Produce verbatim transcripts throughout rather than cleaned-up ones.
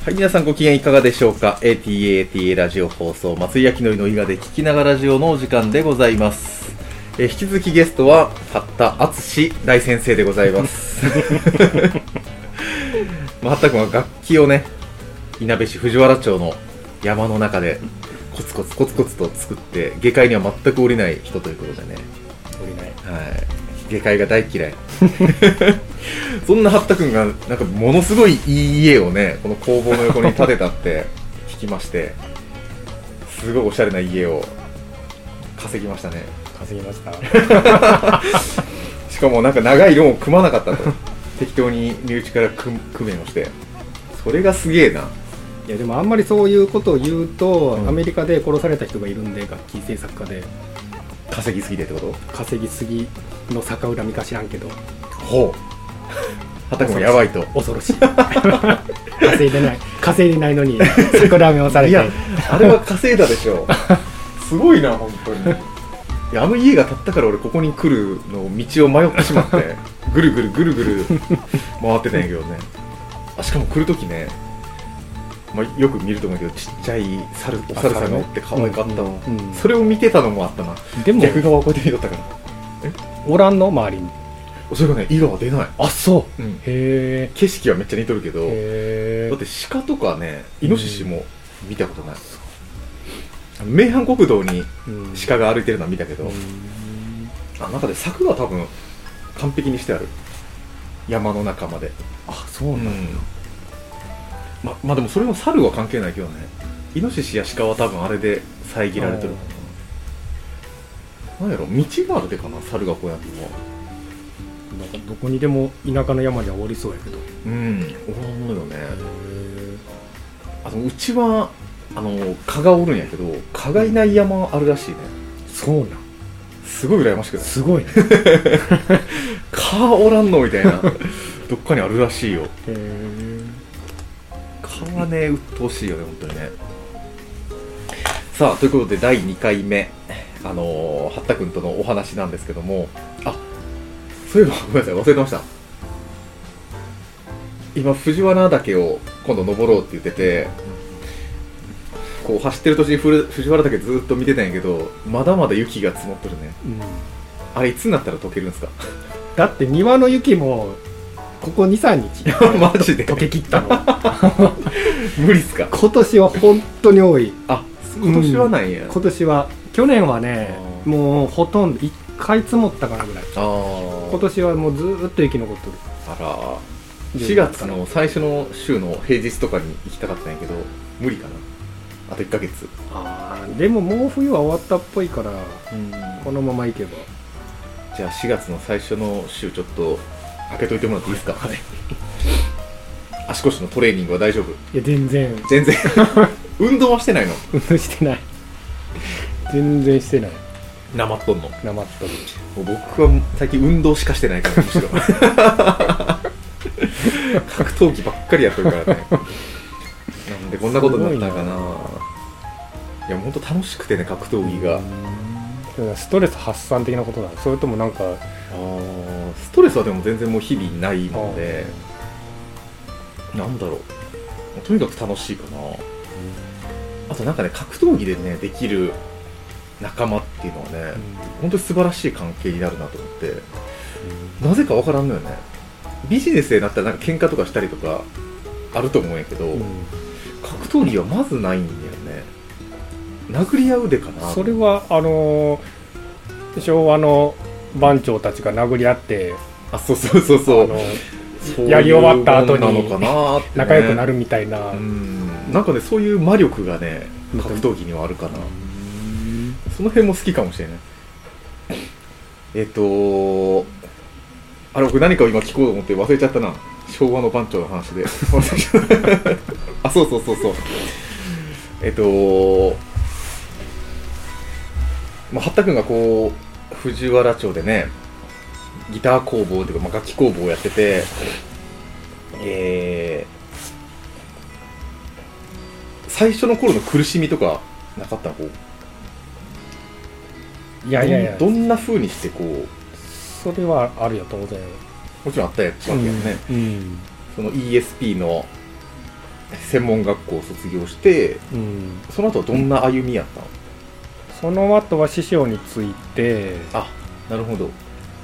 はい、皆さんご機嫌いかがでしょうか。 エーティーエーエーティーエー ラジオ放送、松井明典の伊賀で聞きながらラジオのお時間でございます。え引き続きゲストは八田敦大先生でございますまあ、八田君は楽器をね、いなべ市藤原町の山の中でコツコツコツコツと作って、下界には全く降りない人ということでね。 降りない、 はい、下界が大嫌いそんな八田君がなんかものすごいいい家をね、この工房の横に建てたって聞きまして、すごいおしゃれな家を稼ぎましたね。 稼ぎましたしかもなんか長いローンを組まなかったと適当に身内から組めをして、それがすげえな。 いやでもあんまりそういうことを言うと、 うん、 アメリカで殺された人がいるんで、楽器制作家で稼ぎすぎてってこと？ 稼ぎすぎの逆恨みか知らんけど、 ほうはたくんもやばいと。恐ろしい稼いでない稼いでないのに逆恨みをされて。 いやあれは稼いだでしょすごいな本当に。いやあの家が建ったから俺ここに来るの道を迷ってしまってぐるぐるぐるぐる回ってたんやけどね。あしかも来るときね、まあ、よく見ると思うけど、ちっちゃい猿お猿さんがおって可愛かった、うんうんうん、それを見てたのもあったな。でも逆側をこうやって見とったから。 えおらんの周りに。 それがね、伊賀は出ない。 あ、そう、 うん、 へえ。 景色はめっちゃ似とるけど、 へだって鹿とかね、イノシシも見たことない。うん、名阪国道に鹿が歩いてるのは見たけど、うん、あ中で柵が多分完璧にしてある。山の中まで。 あ、そうなんだ。うん、 ま, まあでもそれも猿は関係ないけどね。イノシシや鹿は多分あれで遮られてる。なんやろ、道があるでかな、猿がこうやってのは。 なんかどこにでも田舎の山にはおりそうやけど。 うん、おらんのよね。あとうちはあの蚊がおるんやけど、蚊がいない山あるらしいね。 そうなん。 すごい羨ましくない？ すごいね。 蚊おらんのみたいなどっかにあるらしいよ。へー。蚊はね、鬱陶しいよね本当にね。さあということでだいにかいめ、あのー、八田君とのお話なんですけども、あそういえばごめんなさい忘れてました。今藤原岳を今度登ろうって言ってて、こう走ってる途中に藤原岳ずっと見てたんやけど、まだまだ雪が積もってるね。うん、あれいつになったら溶けるんですか？ だって庭の雪もここ にさんにちマジで溶けきったの無理っすか？ 今年は本当に多い。 あ、今年はないんや。 うん、今年は、去年はねもうほとんどいっかい積もったかなぐらい。あ、今年はもうずーっと雪残ってる。 あら、しがつの最初の週の平日とかに行きたかったんやけど無理かな。あといっかげつ。 あーでももう冬は終わったっぽいから、うん、このまま行けば。 じゃあしがつの最初の週ちょっと開けといてもらっていいですか？はい、足腰のトレーニングは大丈夫？ いや全然全然運動はしてないの？ 運動してない。全然してない。 なまっとんの？ なまっとる。 僕は最近運動しかしてないからむしろ格闘技ばっかりやってるからね。なんでこんなことになったかな。いや本当楽しくてね、格闘技が。 ストレス発散的なことなの？それともなんか、あストレスはでも全然もう日々ないので、なんだろう、とにかく楽しいかな。あとなんかね、格闘技でねできる仲間っていうのはね、うん、本当に素晴らしい関係になるなと思って、うん、なぜかわからんのよね。ビジネスでなったらなんか喧嘩とかしたりとかあると思うんやけど、うん、格闘技はまずないんだよね。殴り合うでかな。 それはあのー、昭和の番長たちが殴り合って、 あ、そうそうそうそう、あのー、やり終わった後に仲良くなるみたいな、 うん、なんかねそういう魔力がね格闘技にはあるかな。その辺も好きかもしれない。えっとあれ僕何かを今聞こうと思って忘れちゃったな。昭和の番長の話であ、そうそうそうそう、えっとまあ、八田君がこう藤原町でねギター工房というか、まあ、楽器工房をやってて、えー、最初の頃の苦しみとかなかったの？こういやいやいや、 どんな風にしてこう。 それはあるよ当然。 もちろんあったやつわけやね、うんうん、その イーエスピー の専門学校を卒業して、 うん、 その後はどんな歩みやったの？ その後は師匠について、 あ、なるほど、うん、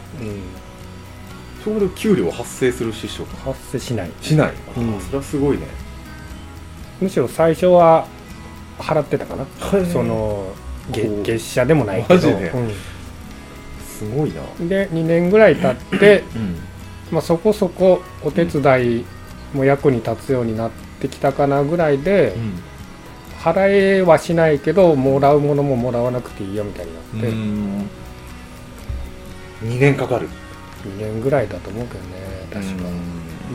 そこで給料発生する師匠か？ 発生しないしない、あ、 うん、 それはすごいね。 むしろ最初は払ってたかな、その月謝でもないけど、マジで、うん、 すごいな。 でにねんぐらい経って、 うん、 まあ、そこそこお手伝いも役に立つようになってきたかなぐらいで、うん、払えはしないけどもらうものももらわなくていいよみたいになって、うん、 にねんかかる。 にねんぐらいだと思うけどね、確か。うん、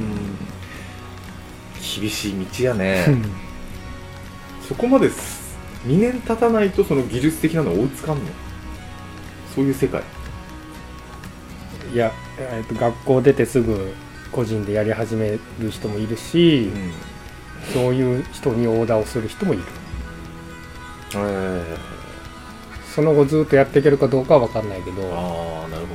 厳しい道やね。そこまでにねん経たないとその技術的なの追いつかんの？そういう世界？ いや、えーと、学校出てすぐ個人でやり始める人もいるし、うん、そういう人にオーダーをする人もいる。えー、その後ずっとやっていけるかどうかは分かんないけど。 ああ、なるほどね。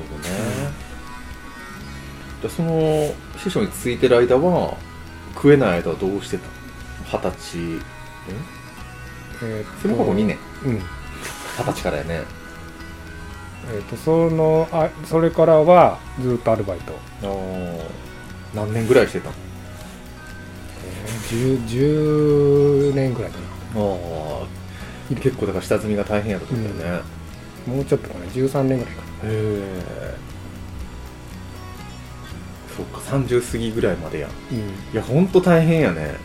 うん、じゃあその師匠についてる間は食えない間はどうしてた？二十歳、えー、その頃にねん、うん、二十歳からやね。 えー、とそのあそれからはずっとアルバイト。あ、 何年ぐらいしてたの？ えー、じゅうねんぐらいかな。あ、 結構だから下積みが大変やったと思うんだよね。 うん、もうちょっとかな、じゅうさんねんぐらいかな。へえ。 そうか、さんじゅう過ぎぐらいまでや、うん、いやほんと大変やね。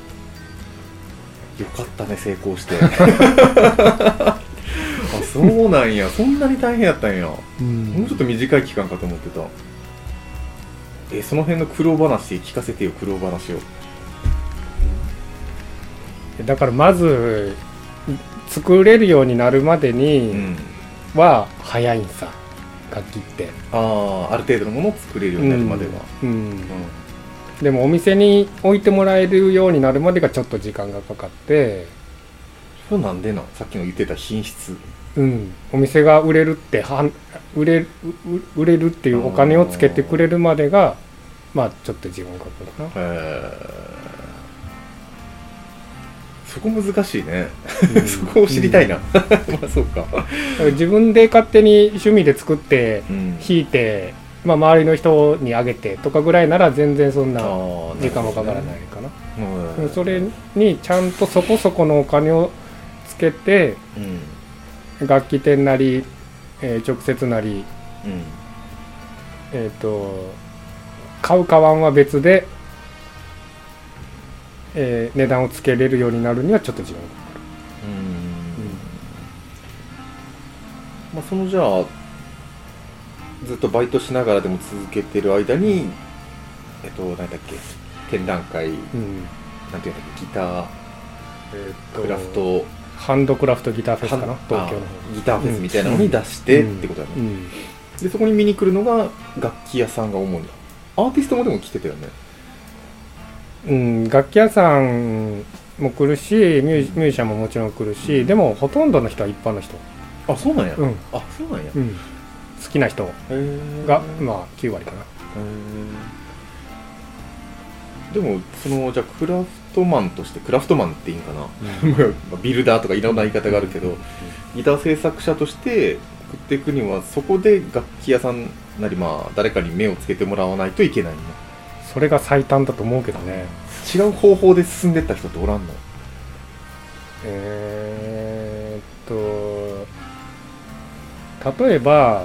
よかったね、成功して。あ、そうなんや、そんなに大変やったんや、うん、もうちょっと短い期間かと思ってた。え、その辺の苦労話聞かせてよ、苦労話を。 だからまず作れるようになるまでには早いんさ、楽器って。 ああ、ある程度のものを作れるようになるまでは、うんうんうん、 でもお店に置いてもらえるようになるまでがちょっと時間がかかって。 それなんでな、さっきの言ってた品質。 うん、お店が売れるっては売れる売れるっていうお金をつけてくれるまでがまあちょっと時間かかるかな。へー、そこ難しいね、うん、そこを知りたいな、うん、まあそうか。だから自分で勝手に趣味で作って弾いて、うん、まあ、周りの人にあげてとかぐらいなら全然そんな時間はかからないかな。うん、それにちゃんとそこそこのお金をつけて、うん、楽器店なり、えー、直接なり、うん、えっと買う買わんは別で、えー、値段をつけれるようになるにはちょっと時間がかかる。うん、うん、 まあ、そのじゃあずっとバイトしながらでも続けてる間に、えっと何だっけ、展覧会、うん、なんていうんだっけ、ギター、えー、とクラフトハンドクラフトギターフェスかな、東京のギターフェスみたいなのに出して、うん、ってことだね、うん、でそこに見に来るのが楽器屋さんが主に。アーティストもでも来てたよね。 うん、楽器屋さんも来るしミュージ、ミュージシャンももちろん来るし、でもほとんどの人は一般の人。 あ、そうなんや、 うん、 あ、そうなんや、 うん、好きな人がまあきゅうわりかな。へー、でもそのじゃあクラフトマンとして、クラフトマンっていいんかな、うん、ビルダーとかいろんな言い方があるけど、うん、ギター制作者として送っていくにはそこで楽器屋さんなり、まあ誰かに目をつけてもらわないといけないの。 それが最短だと思うけどね。 違う方法で進んでった人っておらんの？ えー、っと例えば、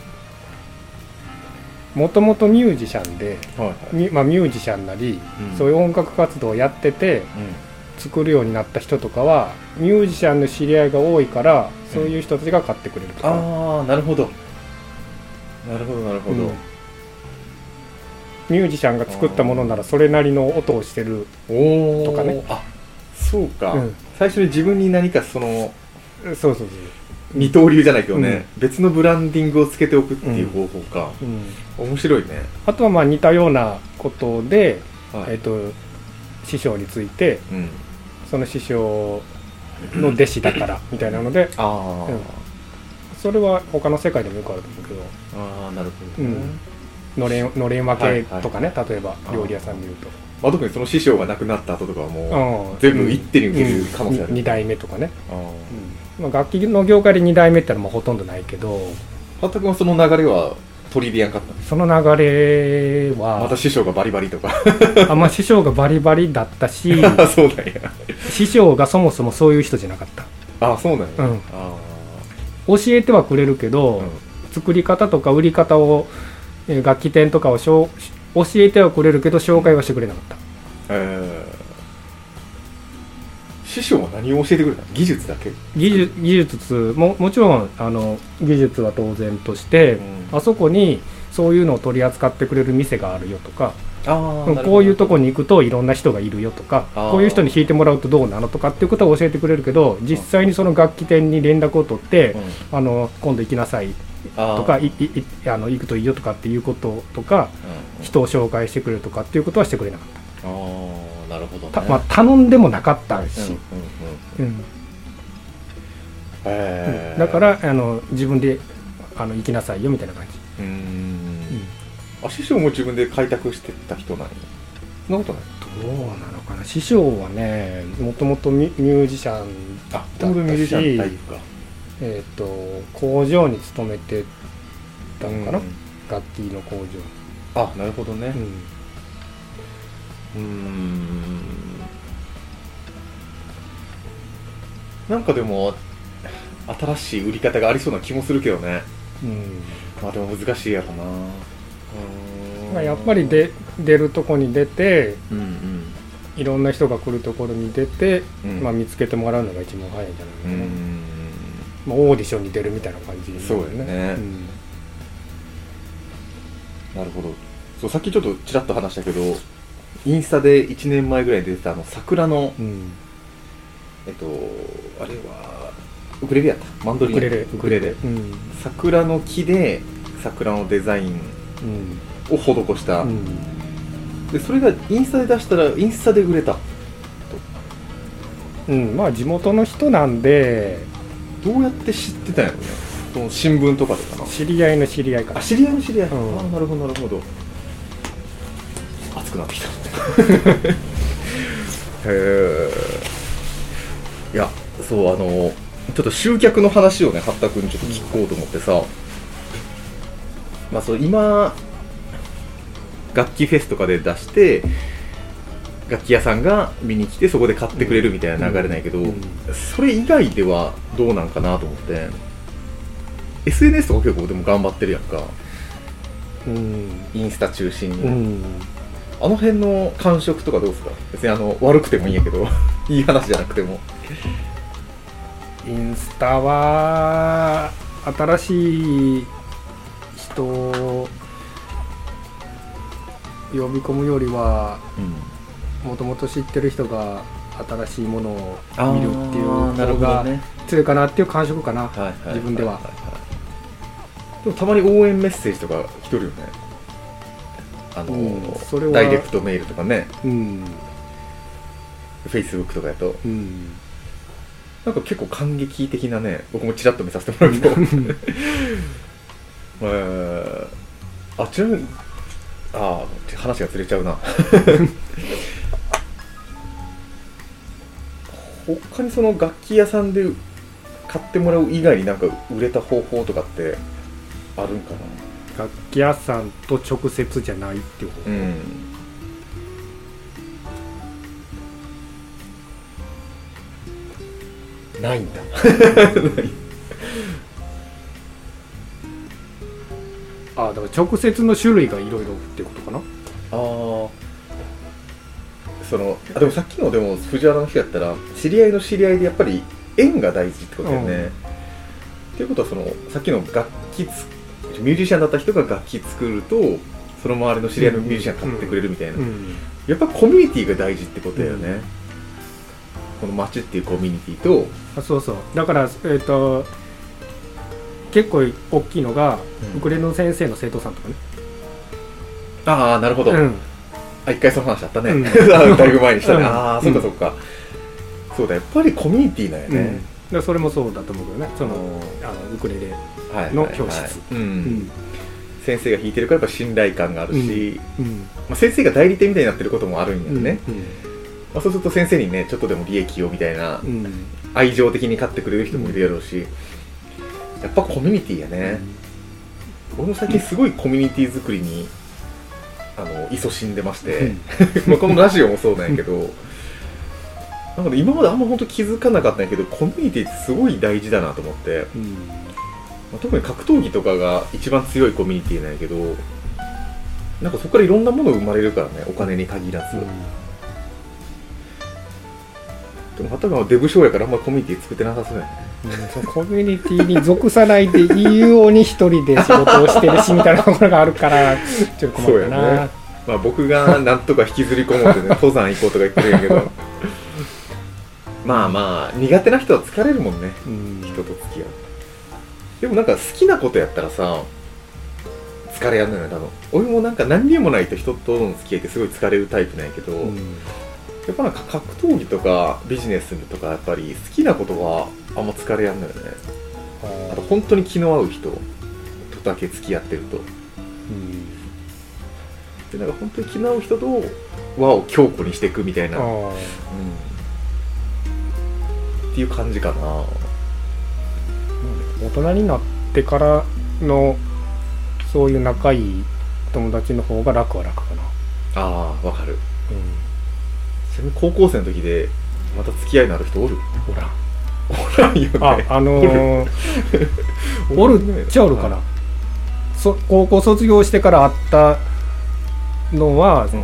もともとミュージシャンで、はいはい、まあ、ミュージシャンなり、うん、そういう音楽活動をやってて、うん、作るようになった人とかはミュージシャンの知り合いが多いから、うん、そういう人たちが買ってくれるとか。 ああ、なるほどなるほどなるほど、うん、 ミュージシャンが作ったものならそれなりの音をしてるとかね。 あ、そうか、うん、最初に自分に何かそのそうそうそう、 二刀流じゃないけどね、うん、別のブランディングをつけておくっていう方法か、うんうん、面白いね。 あとはまあ似たようなことで、はい、えーと師匠について、うん、その師匠の弟子だからみたいなので、あ、うん、それは他の世界でもよくあると思うけど。ああ、なるほどね、うん、のれん、のれん分けとかね、はいはい、例えば料理屋さんでいうと。 まあ、特にその師匠が亡くなった後とかはもう全部一手に受ける可能性ある、 うん、に代目とかね、 あ、 うん、まあ、楽器の業界でに代目ってのはもうほとんどないけど、 八田君はその流れは取り入れやんかったんですその流れはまた師匠がバリバリとかあ、まあ、師匠がバリバリだったしそうなんや師匠がそもそもそういう人じゃなかった。 あ、そうなんや、 うん、 あ、 教えてはくれるけど、うん、作り方とか売り方を楽器店とかをしょ教えてはくれるけど紹介はしてくれなかった、 えー、師匠は何を教えてくれたの？技術だけ？ 技術、技術 も, もちろんあの技術は当然として、うん、あそこにそういうのを取り扱ってくれる店があるよとか、あ、こういうとこに行くといろんな人がいるよとか、こういう人に弾いてもらうとどうなのとかっていうことを教えてくれるけど、実際にその楽器店に連絡を取って、うん、あの今度行きなさいとか、いいあの行くといいよとかっていうこととか、うん、人を紹介してくれるとかっていうことはしてくれなかった。 あ、なるほどね。 た、まあ、頼んでもなかったし、だからあの自分であの行きなさいよみたいな感じ。うーん、うん、 あ、師匠も自分で開拓してた人なんや。そんなことない？ どうなのかな。師匠はね、もともとミュージシャンだったし、ミュージシャンタイプか、えっ、ー、と工場に勤めてたのかな、うん、楽器の工場。 あ、なるほどね。うん、うーん、なんかでも新しい売り方がありそうな気もするけどね。うん、まあでも難しいやろな。 まあ、やっぱりで出るとこに出て、うんうん、いろんな人が来るところに出て、うん、まあ、見つけてもらうのが一番早いんじゃないかな、うん、まあ、オーディションに出るみたいな感じ、ね、 そうよね、うん、なるほど。そう、さっきちょっとちらっと話したけど、インスタでいちねんまえぐらいに出てたあの桜の、うん、えっとあれはウクレレやった、マンドリン、ウクレレ、ウクレレ、うん、桜の木で桜のデザインを施した、うん、でそれがインスタで出したらインスタで売れたと。 うん、まあ地元の人なんで。 どうやって知ってたんやろね。その新聞とかでかな。 知り合いの知り合いかな。あ、 知り合いの知り合い、うん、あ、なるほどなるほど。熱くなってきたへえ。いや、そう、あのちょっと集客の話をね、八田君にちょっと聞こうと思ってさ、うん、まあそう、今楽器フェスとかで出して楽器屋さんが見に来てそこで買ってくれるみたいな流れないけど、うんうん、それ以外ではどうなんかなと思って。 エスエヌエス とか結構でも頑張ってるやんか、うん、インスタ中心に、うん、あの辺の感触とかどうですか？別にあの悪くてもいいんやけどいい話じゃなくても。 インスタは新しい人を呼び込むよりは、もともと知ってる人が新しいものを見るっていう方が強いかなっていう感触かな、はいはい、自分では。 でもたまに応援メッセージとか来とるよね。あの、うん、それはダイレクトメールとかね、うん、Facebook とかやと、うん、なんか結構感激的なね、僕もちらっと見させてもらうとえー、あ、ちなみにああ、話がずれちゃうな他にその楽器屋さんで買ってもらう以外になんか売れた方法とかってあるんかな？ 楽器屋さんと直接じゃないっていうこと、うん、 ないんだああ、だから直接の種類がいろいろってことかな。ああ、 そのあでもさっきのでも藤原の人やったら知り合いの知り合いでやっぱり縁が大事ってことだよね、うん、っていうことはそのさっきの楽器つミュージシャンだった人が楽器作るとその周りの知り合いのミュージシャン買ってくれるみたいな、うんうん、やっぱコミュニティが大事ってことだよね、うん、この街っていうコミュニティと。 あ、そうそう、だから、えーと結構大きいのが、うん、ウクレレの先生の生徒さんとかね。 ああ、なるほど、うん、あ、一回その話あったね、うん、だいぶ前にしたね、うん、ああ、そっかそっか、うん、そうだ、やっぱりコミュニティだよね、 うん、それもそうだと思うけどね、そのあのウクレレの教室、 先生が弾いてるからやっぱ信頼感があるし、 うんうんまあ、先生が代理店みたいになってることもあるんやね、 うんうんまあ、そうすると先生にねちょっとでも利益をみたいな、 うん、 愛情的に買ってくれる人もいるやろうし、やっぱコミュニティやね、うん、俺も最近すごいコミュニティ作りにあの勤しんでまして、うん、まあこのラジオもそうなんやけどなんか、ね、今まであんま本当気づかなかったんやけどコミュニティってすごい大事だなと思って、うんまあ、特に格闘技とかが一番強いコミュニティなんやけどなんかそこからいろんなもの生まれるからねお金に限らず、うんでもはたかはデブ賞やからあんまコミュニティ作ってなさそうやね、 うん、そのコミュニティに属さないでいいように一人で仕事をしてるしみたいなところがあるからちょっと困ったな。そうやね、 まあ、僕がなんとか引きずり込もうってね登山行こうとか言ってるんやけどまあまあ苦手な人は疲れるもんね、うん、人と付き合う。でもなんか好きなことやったらさ疲れやんのよね多分。俺もなんか何にもないと人との付き合いってすごい疲れるタイプなんやけど、うんやっぱなんか格闘技とかビジネスとかやっぱり好きなことはあんま疲れやんのよね。あと本当に気の合う人とだけ付き合ってると、うん、でなんか本当に気の合う人と輪を強固にしていくみたいな、うん、っていう感じかな。 大人になってからのそういう仲いい友達の方が楽は楽かな。 ああわかる、うん高校生の時でまた付き合いのある人おる？ おらんおらんよね。 あ、あのー、おるっちゃおるかな。そ高校卒業してから会ったのは、うん、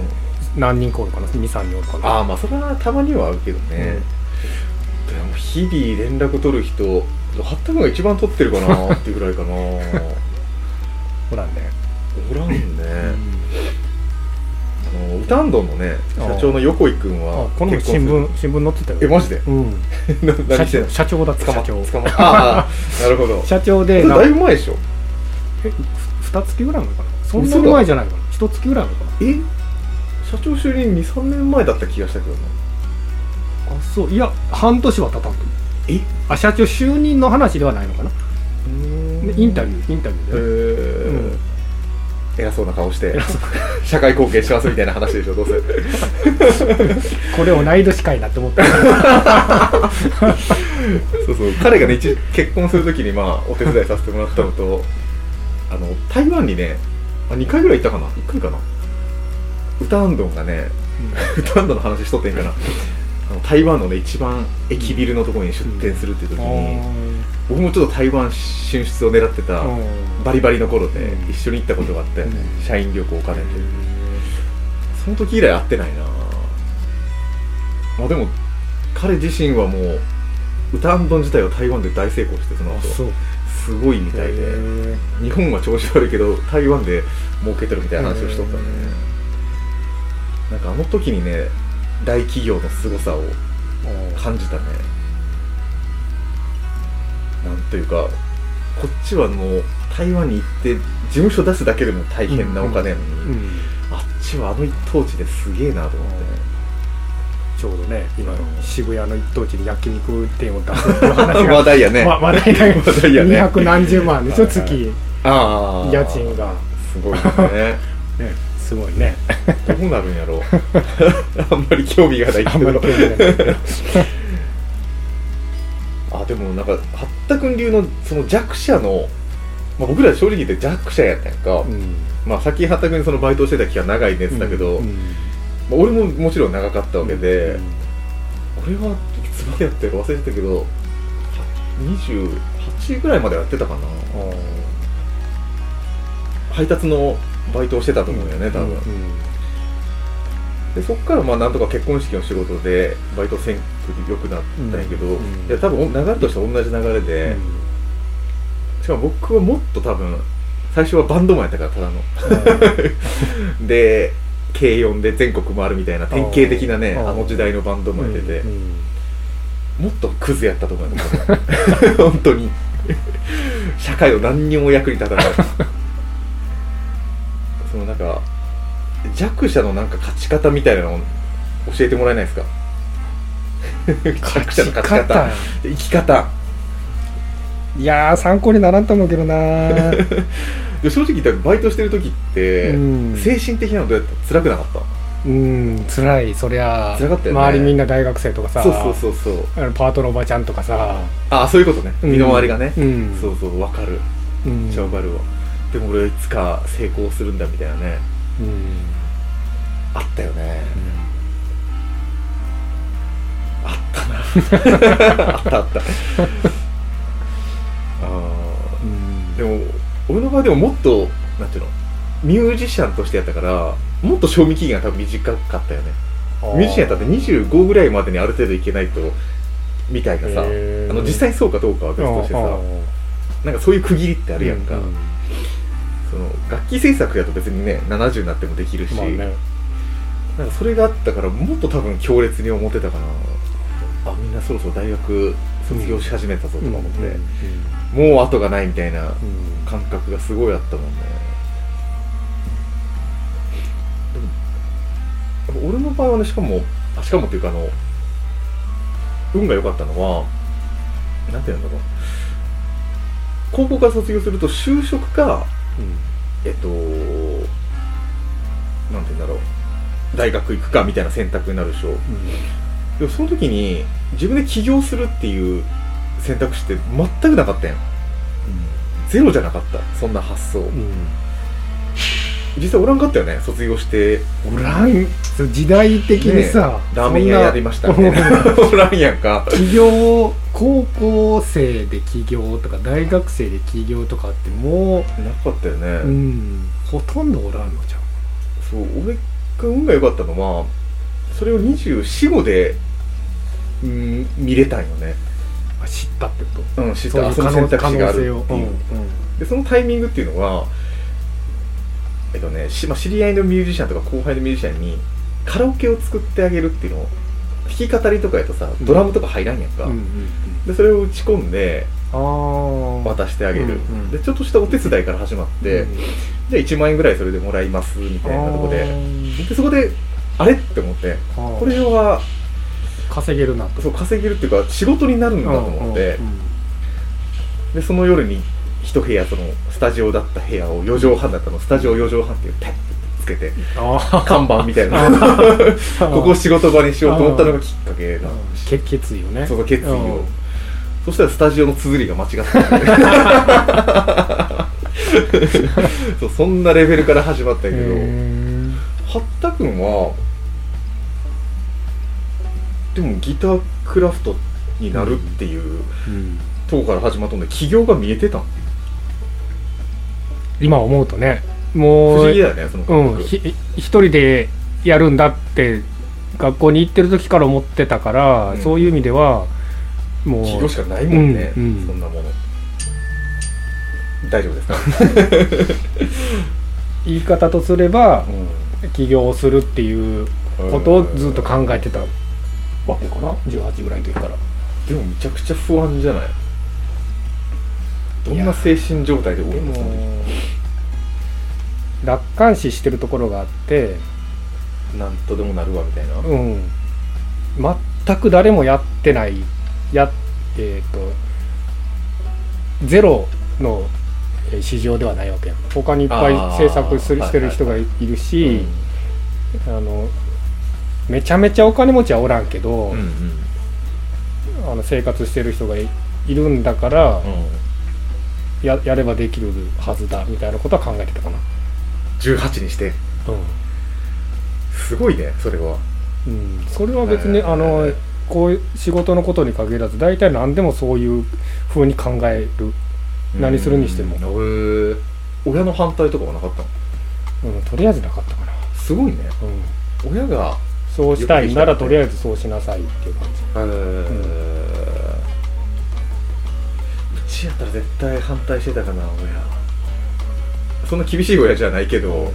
何人かおるかな にさんにんおるかな。 ああまあそれはたまにはあるけどね、うん、でも日々連絡取る人はったくんが一番取ってるかなっていうぐらいかなおらんねおらんね、うんあのウタンドンのね社長の横井くんはこの前新聞新聞載ってたよ。 えマジで？ うん。 何してんの？ 社長だった。 社長。捕まああなるほど。 社長でだいぶ前でしょ。 え二月ぐらい前かな。そんなに前じゃないかな。一月ぐらい前かな。 え社長就任にさんねんまえだった気がしたけどな。 あそういや半年は経たんと。 えあ社長就任の話ではないのかな。うーんインタビューインタビューで。へえ。うん偉そうな顔して社会貢献しますみたいな話でしょどうせこれを同い年かいなって思ってそうそう彼がね一結婚するときにまあお手伝いさせてもらったのとあの台湾にねにかいぐらい行ったかないっかいかなウタンドンがね、うん、ウタンドンの話しとってんかなあの台湾のね一番駅ビルのところに出店するっていう時に、うん、僕もちょっと台湾進出を狙ってたバリバリの頃で一緒に行ったことがあって、うん、社員旅行を兼ねて、うん、その時以来会ってないな。まあでも彼自身はもうウタンドン自体は台湾で大成功してその後すごいみたいで日本は調子悪いけど台湾で儲けてるみたいな話をしとったんでねなんかあの時にね大企業の凄さを感じたね。なんというかこっちはもう台湾に行って事務所出すだけでも大変なお金なのに、うんうんうん、あっちはあの一等地ですげえなと思って、ね、 ちょうどね今の渋谷の一等地に焼肉店を出すっていう話が話題やね、 ま、話題だよ話題やねにひゃくなんじゅうまんでしょ月あ家賃がすごいねねすごいねどうなるんやろうあんまり興味がないけどあんまり興味がないけどあでもなんか八田君流のその弱者の、まあ、僕ら正直言って弱者やったやんか、うん、まあさっき八田君にそのバイトしてた期間長い熱だけど、うんうんまあ、俺ももちろん長かったわけで、うん、俺はいつまでやってるか忘れてたけどにじゅうはちぐらいまでやってたかな配達のバイトをしてたと思うんだよね多分、うんうん、でそっからまあなんとか結婚式の仕事でバイトせんく良くなったんやけど、うんうん、いや多分流れとしては同じ流れで、うん、しかも僕はもっと多分最初はバンドマンやったからただので軽よんで全国回るみたいな典型的なねあの時代のバンドマンやってて、うんうん、もっとクズやったと思う本当に社会を何にも役に立たないそのなんか弱者のなんか勝ち方みたいなのを教えてもらえないですか弱者の勝ち方生き方いやー参考にならんと思うけどなで正直言ったらバイトしてる時って、うん、精神的なのどうやった辛くなかった？ うん辛いそりゃ辛かったよね。 周りみんな大学生とかさ、 そうそうそうそうあのパートのおばちゃんとかさあそういうことね、身の回りがね、 うん、 そうそう分かる、めっちゃ分かるわ。でも俺はいつか成功するんだみたいなね、うん、あったよね、うん、あったなあったあったあ、うん、でも俺の場合でももっとなんていうのミュージシャンとしてやったからもっと賞味期限が多分短かったよね。ミュージシャンやったってにじゅうごぐらいまでにある程度いけないとみたいなさ、あの実際にそうかどうかは別としてさ、なんかそういう区切りってあるやんか、うんうん、その楽器制作やと別にねななじゅうになってもできるし、まあね、なんかそれがあったからもっと多分強烈に思ってたかな。あみんなそろそろ大学卒業し始めたぞとか思って、うんうんうん、もう後がないみたいな感覚がすごいあったもんね。でも俺の場合はねしかもあしかもっていうかあの運が良かったのはなんていうんだろう、高校から卒業すると就職か、うん、えっとなんていうんだろう大学行くかみたいな選択になるでしょ、うん、でもその時に自分で起業するっていう選択肢って全くなかったやん、うん、ゼロじゃなかったそんな発想、うん、実際おらんかったよね卒業して。 おらん時代的にさ、 ね、ラーメン屋やりましたみたいなおらんやんか。 起業高校生で起業とか大学生で起業とかってもうなかったよね、 うん、ほとんどおらんのじゃん。 そう俺が運が良かったのはそれをにじゅうよん、ごで、うん、見れたんよね。 知ったってこと？ うん知った。その選択肢があるっていう、うんうん、でそのタイミングっていうのはえっとねし、まあ、知り合いのミュージシャンとか後輩のミュージシャンにカラオケを作ってあげるっていうのを弾き語りとかやとさドラムとか入らんやんか、うんうんうん、でそれを打ち込んで渡してあげる、うんうん、でちょっとしたお手伝いから始まって、うん、じゃあいちまん円ぐらいそれでもらいますみたいなところ で, でそこであれって思ってこれは稼げるなと。 そう稼げるっていうか仕事になるんだと思って、うんうん、でその夜に一部屋そのスタジオだった部屋をよじはんだったのスタジオよじはんっていうペッてつけて看板みたいなここを仕事場にしようと思ったのがきっかけだ。 決意をね。 そう決意を。そしたらスタジオの綴りが間違ってたそうそんなレベルから始まったけど、八田くんはでもギタークラフトになるっていう、うん、とこから始まったんで起業が見えてたん。 今思うとねもう不思議だよねその感覚、うん、 ひ一人でやるんだって学校に行ってる時から思ってたから、うん、そういう意味ではもう起業しかないもんね、うんうん、そんなもの大丈夫ですか言い方とすれば、うん、起業するっていうことをずっと考えてたわけかなじゅうはちぐらいの時から。 でもめちゃくちゃ不安じゃない？どんな精神状態でおるの？ 楽観視してるところがあってなんとでもなるわみたいな、 うん、全く誰もやってないや、えー、とゼロの市場ではないわけやん。他にいっぱい制作するしてる人がいるし、あのめちゃめちゃお金持ちはおらんけど、うんうん、あの生活してる人が い, いるんだから、うん、や, やればできるはずだみたいなことは考えてたかな。 じゅうはちにして、うん、すごいねそれは、 うん、それは別にあのこういう仕事のことに限らず大体何でもそういう風に考える。何するにしても。 へえ。親の反対とかはなかったの？うん、とりあえずなかったかな。 すごいね、うん、親がそうしたいならとりあえずそうしなさいっていう感じ。へえ、うん、うちやったら絶対反対してたかな親。そんな厳しい親じゃないけど、うん、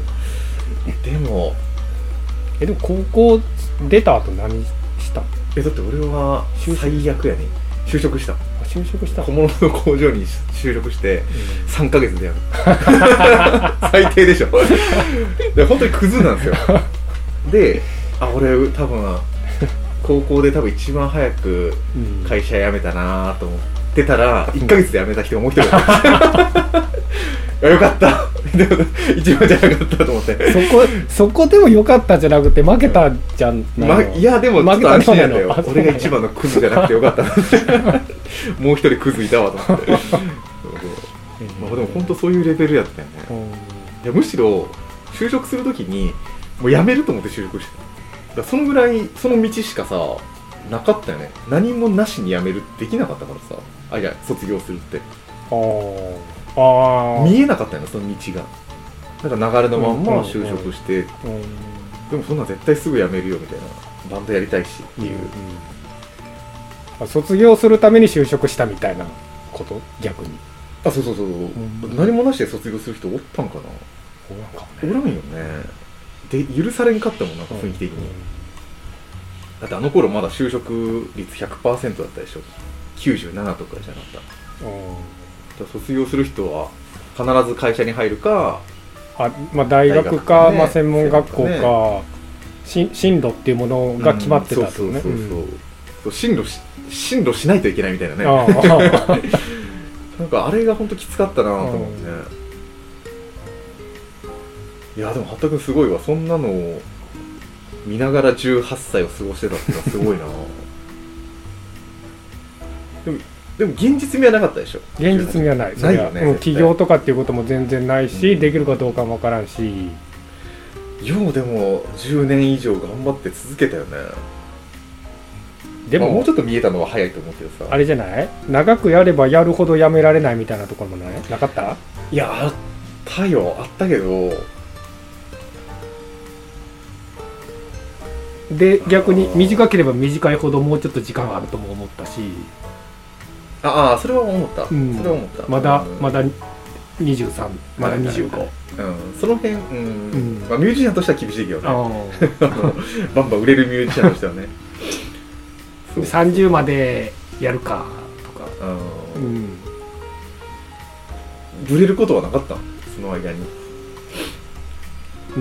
でもえでも高校出た後何したえだって俺は最悪やね就職した。 就職した小物の工場に就職してさんかげつでやる、うん、最低でしょで本当にクズなんですよであ俺多分高校で多分一番早く会社辞めたなと思っってたらいっかげつで辞めた人がもう一人だったよかったでも一番じゃなかったと思ってそこそこでもよかったじゃなくて負けたじゃん、 ま、いやでもちょっと安心やったよ俺が一番のクズじゃなくてよかったもう一人クズいたわと思ってそうそう、まあ、でも本当そういうレベルやったよね、いやむしろ就職するときにもう辞めると思って就職してた。だからそのぐらいその道しかさなかったよね。何もなしに辞めるってできなかったからさ、あいや卒業するってああ見えなかったよねその道が。だから流れのまんま就職して、うんうんうん、でもそんな絶対すぐ辞めるよみたいな、バンドやりたいしっていう、 うんうん、卒業するために就職したみたいなこと逆に。 あそうそうそう、うん、何もなしで卒業する人おったんかな。 おらんかもね。 おらんよね。で許されんかったもんなんか雰囲気的に、うんうん、だってあの頃まだ就職率 ひゃくパーセント だったでしょ。きゅうじゅうななとかじゃなかった、うん、だから卒業する人は必ず会社に入るか、 あ、まあ、大学か、ね、まあ、専門学校か、ね、し進路っていうものが決まってたとね。そうそうそうそう、 進路し進路しないといけないみたいなね。あなんかあれが本当きつかったなと思ってね。いやでも畑くんすごいわ、そんなのを見ながらじゅうはっさいを過ごしてたってのはすごいなでもでも現実味はなかったでしょ。 現実味はない。 ないよね。 うん、起業とかっていうことも全然ないし、うん、できるかどうかもわからんし。 ようでもじゅうねん以上頑張って続けたよね。 でも、 まあ、もうちょっと見えたのは早いと思うけどさ。 あれじゃない？長くやればやるほどやめられないみたいなところもない？なかった？ いやあったよ、あったけど。 で逆に短ければ短いほどもうちょっと時間あるとも思ったし。 ああそれは思った、うん、それは思った。 まだ、うん、まだにじゅうさん、まだにじゅうご、 うん、その辺、うんうん、まあ、ミュージシャンとしては厳しいけどねバンバン売れるミュージシャンとしてはねさんじゅうまでやるかとか、 うん、売れることはなかったその間に。 うん、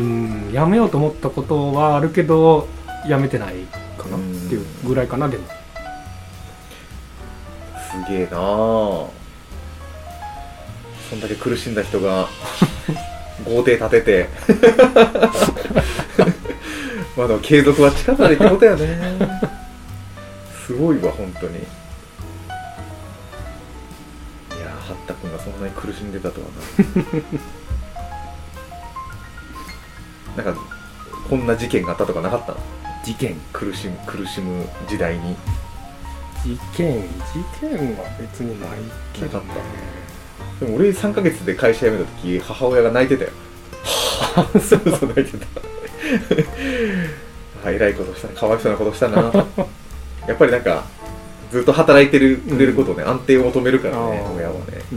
やめようと思ったことはあるけどやめてないかなっていうぐらいかな。でもすげえなあ、そんだけ苦しんだ人が豪邸建ててまあでも継続は力でってことやねすごいわ本当に。いやー八田くんがそんなに苦しんでたとはななんかこんな事件があったとかなかったの？ 事件苦しむ苦しむ時代に。 事件事件は別にないけどね。 でも俺さんかげつで会社辞めた時母親が泣いてたよそうそう泣いてたえらいことしたな、かわいそうなことしたなやっぱりなんかずっと働いてるくれることね、うん、安定を求めるからね親はね、うん、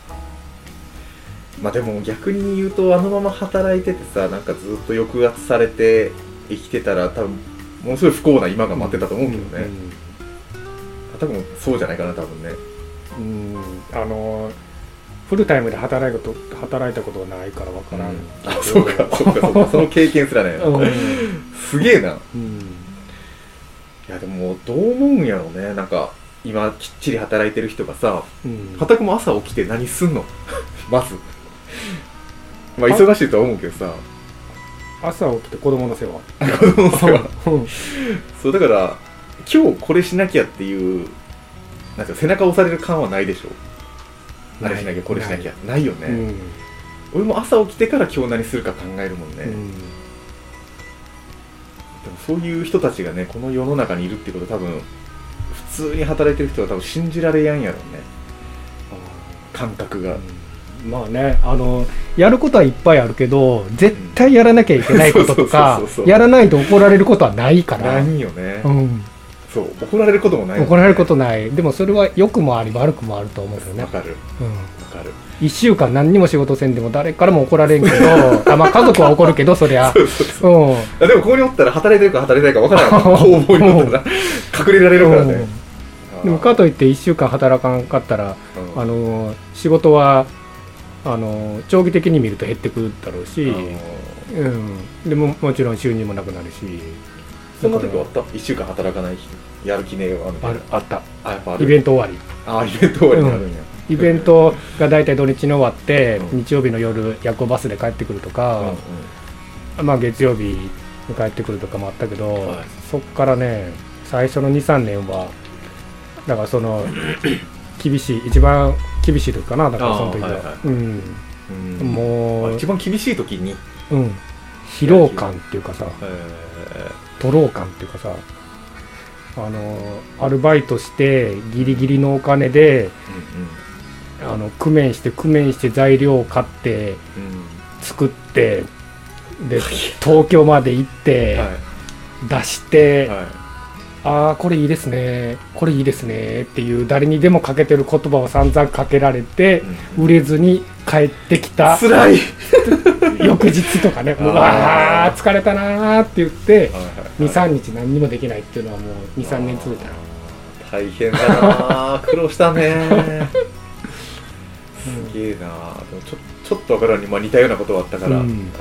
まあでも逆に言うとあのまま働いててさ、なんかずっと抑圧されて生きてたら多分ものすごい不幸な今が待ってたと思うけどね、うんうん、多分そうじゃないかな多分ね。 うん、あのフルタイムで働いたこと働いたことはないから分からん、うん、 あそうかそうかそうかその経験すらね、うん、すげえな、うん、いやでもどう思うんやろうね。なんか今きっちり働いてる人がさ、うん、畑くも朝起きて何すんのまずまあ忙しいとは思うけどさ、 朝起きて子供の世話子供の世話そうだから今日これしなきゃっていうなんか背中押される感はないでしょ。あれしなきゃこれしなきゃ ない, ないよね、うん、俺も朝起きてから今日何するか考えるもんね、うん、でもそういう人たちがねこの世の中にいるっていうこと多分普通に働いてる人は多分信じられやんやろうね、感覚が、 うん、まあね、あのやることはいっぱいあるけど絶対やらなきゃいけないこととかやらないと怒られることはないから。 ないよね、うん、そう怒られることもない、ね、 怒られることない。でもそれは良くもあり悪くもあると思うよね。 わかる、うん、わかる。 いっしゅうかん何にも仕事せんでも誰からも怒られんけどあ、まあ、家族は怒るけどそりゃそうそうそう、うん、 でもここにおったら働いてるか働いてないか分からない工房におったら隠れられるからね。 でもかといっていっしゅうかん働かんかったら、うん、あの仕事はあの長期的に見ると減ってくるだろうし、うん、でももちろん収入もなくなるし、 そんな時はあった？いっしゅうかん働かない日やる気ねえわみたいな。 あったあ、やっぱある。 イベント終わり。 あ、イベント終わりになるんや、 うん、イベントが大体土日に終わって、 うん、 日曜日の夜夜行バスで帰ってくるとか、うんうん、まあ月曜日に帰ってくるとかもあったけど、はい、そっからね最初の にさんねんはだからその厳しい一番厳しい時かな、だからその時は、はいはい、うん、うん、もう一番厳しい時に、 うん、疲労感っていうかさ、徒労感っていうかさ、あのアルバイトしてギリギリのお金で、うんうん、あの工面して工面して材料を買って、うん、作ってで東京まで行って、はい、出して、はい、ああこれいいですねこれいいですねっていう誰にでもかけてる言葉を散々かけられて、うん、売れずに帰ってきたつらい翌日とかねうわー疲れたなーって言って、はいはいはい、にさんにち何にもできないっていうのはもう にさんねん続いたな。 大変だな苦労したねすげえな。でもちょ、ちょっとわからんに、まあ、似たようなことはあったから、うん、あ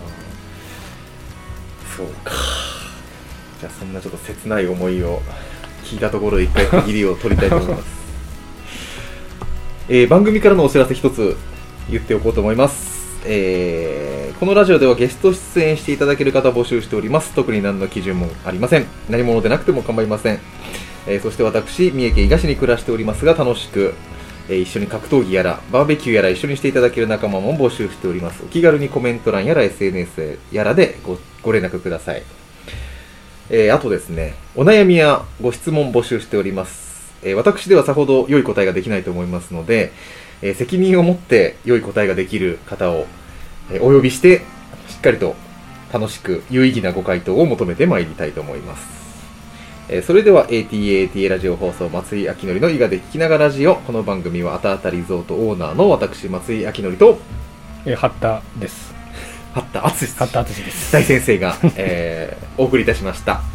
そうか。じゃあそんなちょっと切ない思いを聞いたところで一回区切りを取りたいと思います、えー、番組からのお知らせ一つ言っておこうと思います。えー、このラジオではゲスト出演していただける方を募集しております。特に何の基準もありません。何者でなくても構いません。えー、そして私三重県伊賀市に暮らしておりますが、楽しく、えー、一緒に格闘技やらバーベキューやら一緒にしていただける仲間も募集しております。お気軽にコメント欄やら エスエヌエス やらで ご, ご連絡ください。えー、あとですね、お悩みやご質問募集しております。えー、私ではさほど良い答えができないと思いますので、えー、責任を持って良い答えができる方を、えー、お呼びしてしっかりと楽しく有意義なご回答を求めてまいりたいと思います。えー、それでは エーティーエーエーティーエー ラジオ放送松井明則の伊賀で聞きながらラジオ。この番組はあたあたリゾートオーナーの私松井明則と、 えー、八田です。 八田敦史八田敦史です。 大先生が、えー、お送りいたしました。